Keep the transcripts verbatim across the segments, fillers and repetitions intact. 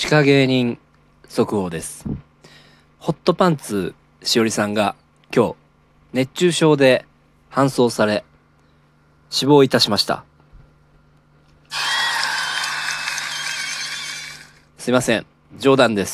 地下芸人速報です。ホットパンツしおりさんが今日熱中症で搬送され死亡いたしました。すいません、冗談です。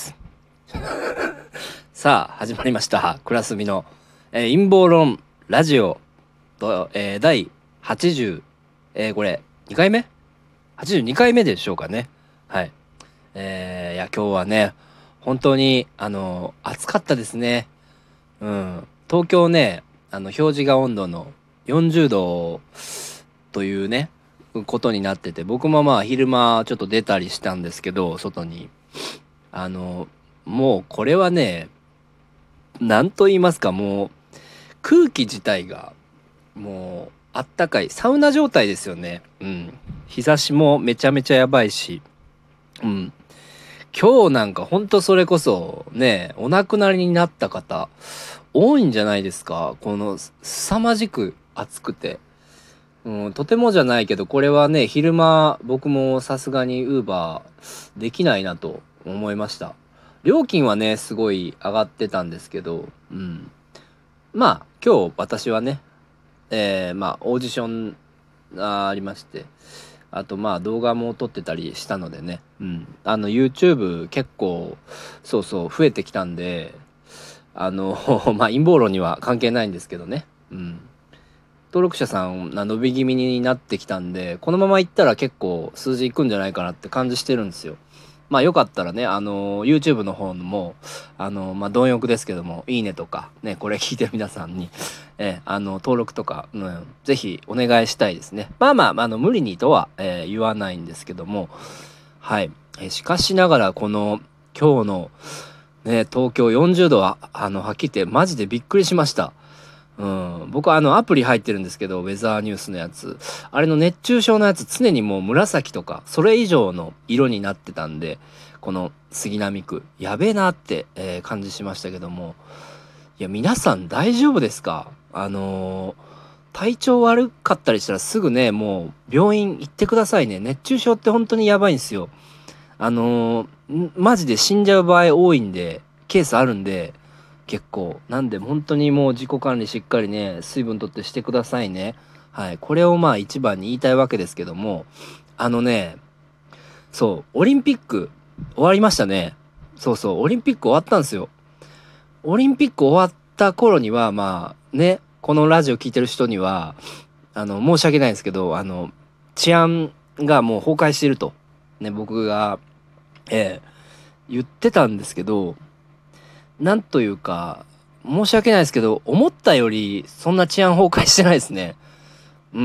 さあ始まりましたクラスミの、えー、陰謀論ラジオと、えー、だいはちじゅう、えー、これにかいめはちじゅうにかいめでしょうかね。はい。えー、いや今日はね本当にあの暑かったですね。うん、東京ね、あの表示が温度のよんじゅうどというねことになってて、僕もまあ昼間ちょっと出たりしたんですけど、外にあのもうこれはね、何と言いますか、もう空気自体がもうあったかいサウナ状態ですよね。うん、日差しもめちゃめちゃやばいし、うん、今日なんかほんとそれこそね、お亡くなりになった方多いんじゃないですか。この凄まじく暑くて、うん、とてもじゃないけどこれはね、昼間僕もさすがにウーバーできないなと思いました。料金はねすごい上がってたんですけど、うん、まあ今日私はね、えー、まあオーディションがありまして、あとまあ動画も撮ってたりしたのでね、うん、あの YouTube 結構そうそう増えてきたんで、あのまあ陰謀論には関係ないんですけどね、うん、登録者さんが伸び気味になってきたんで、このままいったら結構数字いくんじゃないかなって感じしてるんですよ。まあよかったらね、あの YouTube の方もあのまあ貪欲ですけども、いいねとかね、これ聞いてる皆さんにえあの登録とか、うん、ぜひお願いしたいですね。まあまああの無理にとは、えー、言わないんですけども、はい。えしかしながらこの今日のね東京よんじゅうどはあのはっきり言ってマジでびっくりしました。うん、僕はあのアプリ入ってるんですけど、ウェザーニュースのやつ、あれの熱中症のやつ常にもう紫とかそれ以上の色になってたんで、この杉並区やべえなって、えー感じしましたけども、いや皆さん大丈夫ですか？あのー体調悪かったりしたらすぐねもう病院行ってくださいね。熱中症って本当にやばいんですよ。あのーんマジで死んじゃう場合多いんで、ケースあるんで、結構なんで本当にもう自己管理しっかりね、水分とってしてくださいね。はい、これをまあ一番に言いたいわけですけども、あのね、そうオリンピック終わりましたね。そうそうオリンピック終わったんですよ。オリンピック終わった頃にはまあね、このラジオ聞いてる人にはあの申し訳ないんですけど、あの治安がもう崩壊しているとね、僕がええ言ってたんですけど、なんというか申し訳ないですけど、思ったよりそんな治安崩壊してないですね。うん、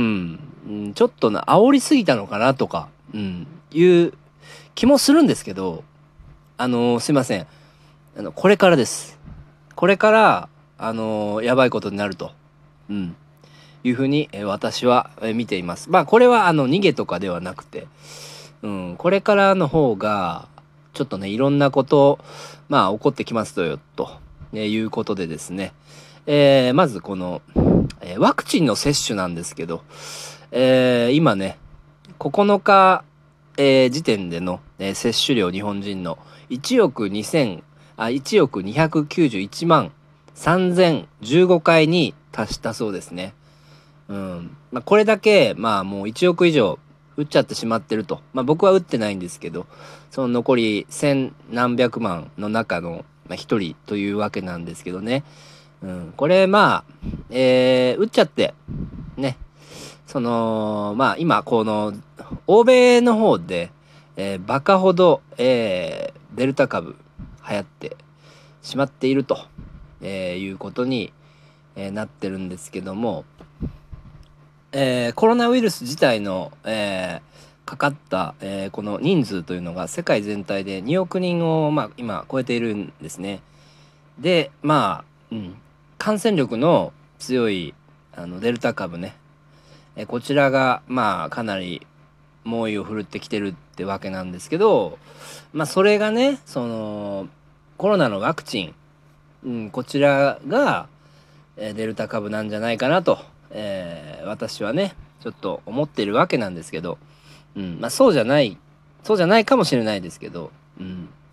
うん、ちょっとな煽りすぎたのかなとか、うん、いう気もするんですけど、あのーすいません、あのこれからです。これからあのーやばいことになると、うん、いうふうに、えー私は、えー見ています。まあこれはあの逃げとかではなくて、うん、これからの方がちょっとねいろんなことまあ起こってきますよと、えーいうことでですね、えーまずこの、えーワクチンの接種なんですけど、えー今ねここのか、えー時点での、えー接種量日本人のいちおくにせんあいちおくにひゃくきゅうじゅういちまんさんぜんじゅうごかいに達したそうですね。うんまあ、これだけまあもういちおく以上打っちゃってしまってると、まあ、僕は打ってないんですけど、その残り千何百万の中の一人というわけなんですけどね、うん、これまあ、えー打っちゃってね、そのまあ今この欧米の方で、えーバカほど、えーデルタ株流行ってしまっていると、えーいうことに、えーなってるんですけども、えーコロナウイルス自体の、えーかかった、えーこの人数というのが世界全体でにおく人を、まあ、今超えているんですね。でまあ、うん、感染力の強いあのデルタ株ね、えーこちらがまあかなり猛威を振るってきてるってわけなんですけど、まあそれがね、そのコロナのワクチン、うん、こちらが、えーデルタ株なんじゃないかなと、えー私はねちょっと思っているわけなんですけど、うん、まあそうじゃないそうじゃないかもしれないですけど、うん、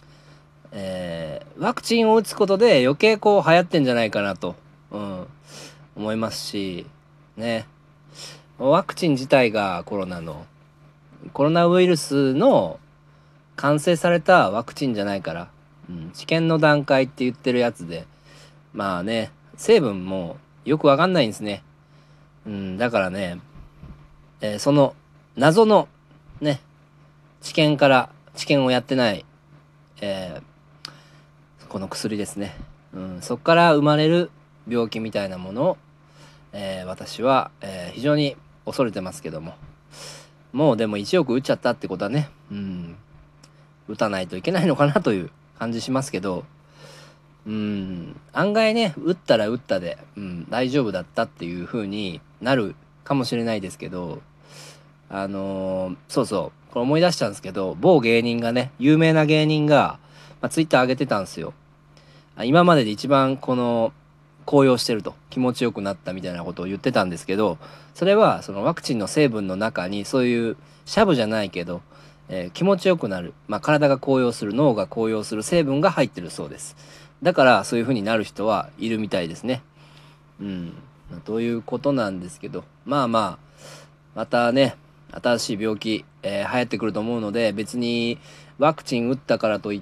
えーワクチンを打つことで余計こう流行ってんじゃないかなと、うん、思いますしね。ワクチン自体がコロナのコロナウイルスの完成されたワクチンじゃないから、うん、治験の段階って言ってるやつで、まあね、成分もよくわかんないんですね。うん、だからね、えーその謎のね、治験から治験をやってない、えーこの薬ですね、うん、そこから生まれる病気みたいなものを、えー私は、えー非常に恐れてますけども、もうでもいちおく打っちゃったってことはね、うん、打たないといけないのかなという感じしますけど、うん、案外ね、打ったら打ったで、うん、大丈夫だったっていう風になるかもしれないですけど、あのーそうそう、これ思い出したんですけど、某芸人がね、有名な芸人が、まあ、ツイッター上げてたんですよ。あ今までで一番この、高揚してると、気持ちよくなったみたいなことを言ってたんですけど、それはそのワクチンの成分の中にそういうシャブじゃないけど、えー気持ちよくなる、まあ、体が高揚する、脳が高揚する成分が入ってるそうです。だからそういう風になる人はいるみたいですね。うん。まあということなんですけど、まあまあ、またね、新しい病気、えー流行ってくると思うので、別にワクチン打ったからといって、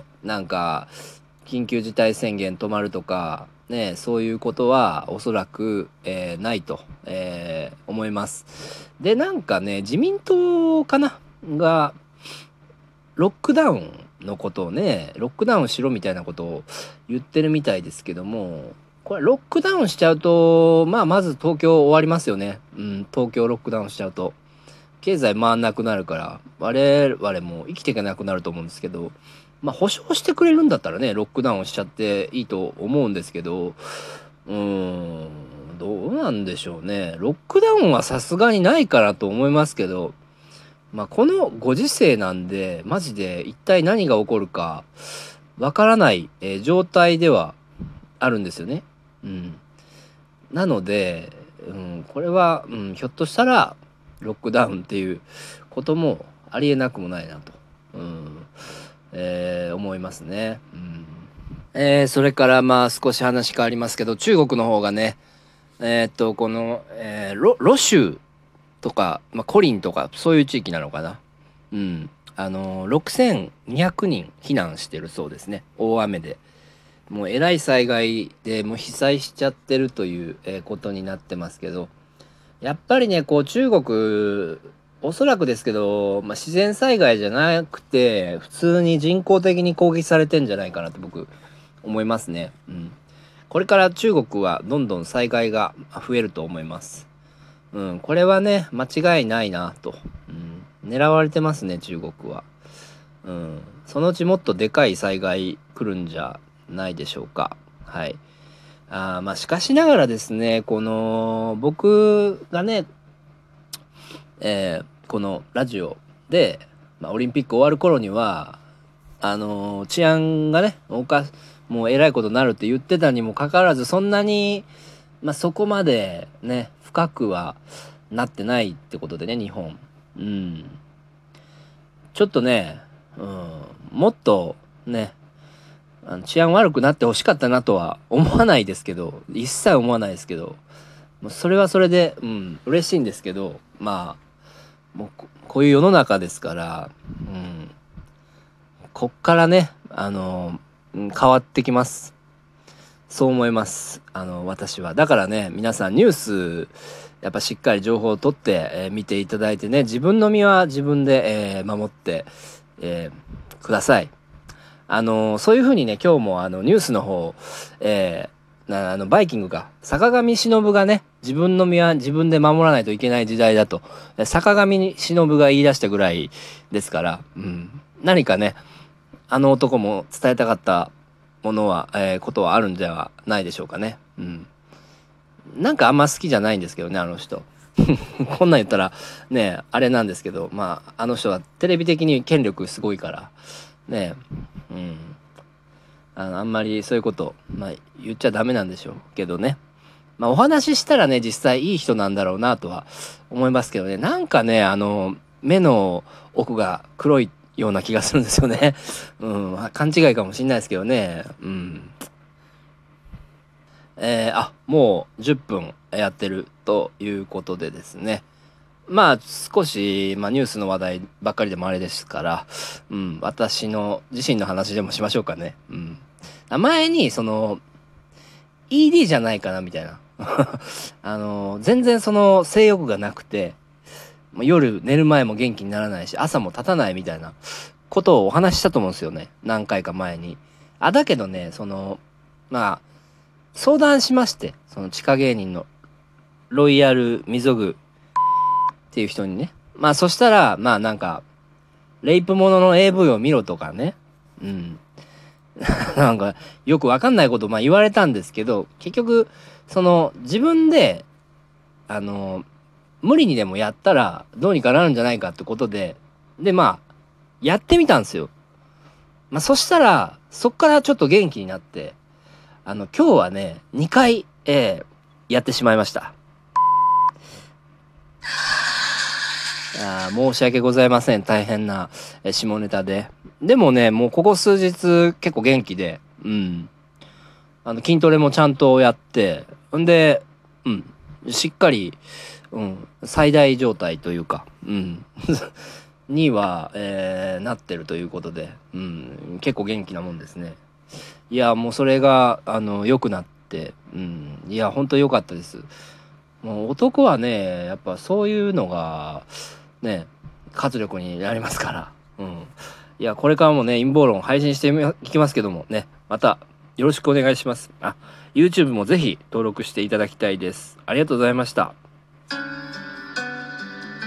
なんか、緊急事態宣言止まるとか、ね、そういうことはおそらく、えーないと、えー思います。で、なんかね、自民党かなが、ロックダウンのことをね、ロックダウンしろみたいなことを言ってるみたいですけども、これロックダウンしちゃうと、まあまず東京終わりますよね。うん、東京ロックダウンしちゃうと。経済回んなくなるから、我々も生きていけなくなると思うんですけど、まあ保証してくれるんだったらね、ロックダウンしちゃっていいと思うんですけど、うーん、どうなんでしょうね。ロックダウンはさすがにないかなと思いますけど、まあこのご時世なんで、マジで一体何が起こるかわからない、えー状態ではあるんですよね。うん。なので、うん、これは、うん、ひょっとしたらロックダウンっていうこともありえなくもないなと、うんえー思いますね。うんえーそれからまあ少し話変わりますけど、中国の方がね、えーっとこの、えー、ロロ州とか、まあ、コリンとかそういう地域なのかな。うん。あのろくせんにひゃくにん避難してるそうですね。大雨で。もうえらい災害でもう被災しちゃってるという、えーことになってますけど、やっぱりね、こう中国、おそらくですけど、まあ、自然災害じゃなくて、普通に人工的に攻撃されてんじゃないかなと僕思いますね。うん。これから中国はどんどん災害が増えると思います。うん、これはね、間違いないなと。うん、狙われてますね、中国は。うん、そのうちもっとでかい災害来るんじゃないでしょうか。はい。あーまあ、しかしながらですね、この、僕がね、えーこのラジオで、まあ、オリンピック終わる頃には、あのー治安がね、おか、もうえらいことになるって言ってたにもかかわらず、そんなに、まあ、そこまでね、深くはなってないってことでね、日本。うん。ちょっとね、うん、もっとね、あの治安悪くなってほしかったなとは思わないですけど、一切思わないですけど、もうそれはそれで、うん、嬉しいんですけど、まあ、もうここういう世の中ですから、うん、こっからね、あの、うん変わってきます。そう思います。あの、私は。だからね、皆さんニュース、やっぱしっかり情報を取って、えー見ていただいてね、自分の身は自分で、えー守って、えーください。あの、そういうふうにね、今日もあの、ニュースの方、えーなあの、バイキングが、坂上忍がね、自分の身は自分で守らないといけない時代だと、え坂上忍が言い出したぐらいですから、うん、何かね、あの男も伝えたかったものは、えーことはあるんではないでしょうかね。うん。なんかあんま好きじゃないんですけどね、あの人。こんなん言ったら、ね、あれなんですけど、まあ、あの人はテレビ的に権力すごいから、ね、うん。あの、あんまりそういうこと、まあ、言っちゃダメなんでしょうけどね。まあ、お話ししたらね、実際いい人なんだろうなとは思いますけどね。なんかね、あの、目の奥が黒いような気がするんですよね。うん、勘違いかもしんないですけどね。うん。えー、あ、もうじゅっぷんやってるということでですね。まあ少し、まあ、ニュースの話題ばっかりでもあれですから、うん、私の自身の話でもしましょうかね。うん。前にその イーディー じゃないかなみたいな。あの全然その性欲がなくて、夜寝る前も元気にならないし朝も立たないみたいなことをお話ししたと思うんですよね、何回か前に。あだけどね、そのまあ相談しまして、その地下芸人のロイヤルミゾグっていう人にね。まあそしたらまあなんかレイプものの エーブイ を見ろとかね、うんなんかよくわかんないことまあ言われたんですけど、結局その自分であの無理にでもやったらどうにかなるんじゃないかってことで、でまあやってみたんですよ。まあそしたらそっからちょっと元気になって、あの今日はねにかい、えー、やってしまいました。あ申し訳ございません、大変な下ネタで。でもねもうここ数日結構元気で、うんあの筋トレもちゃんとやって、んでうんしっかり、うん、最大状態というか、うんには、えー、なってるということで、うん、結構元気なもんですね。いやもうそれがあの良くなって、うん、いや本当良かったです。もう男はねやっぱそういうのがね活力になりますから、うん、いやこれからもね陰謀論配信していきますけどもね、またよろしくお願いします。あ YouTube もぜひ登録していただきたいです。ありがとうございました。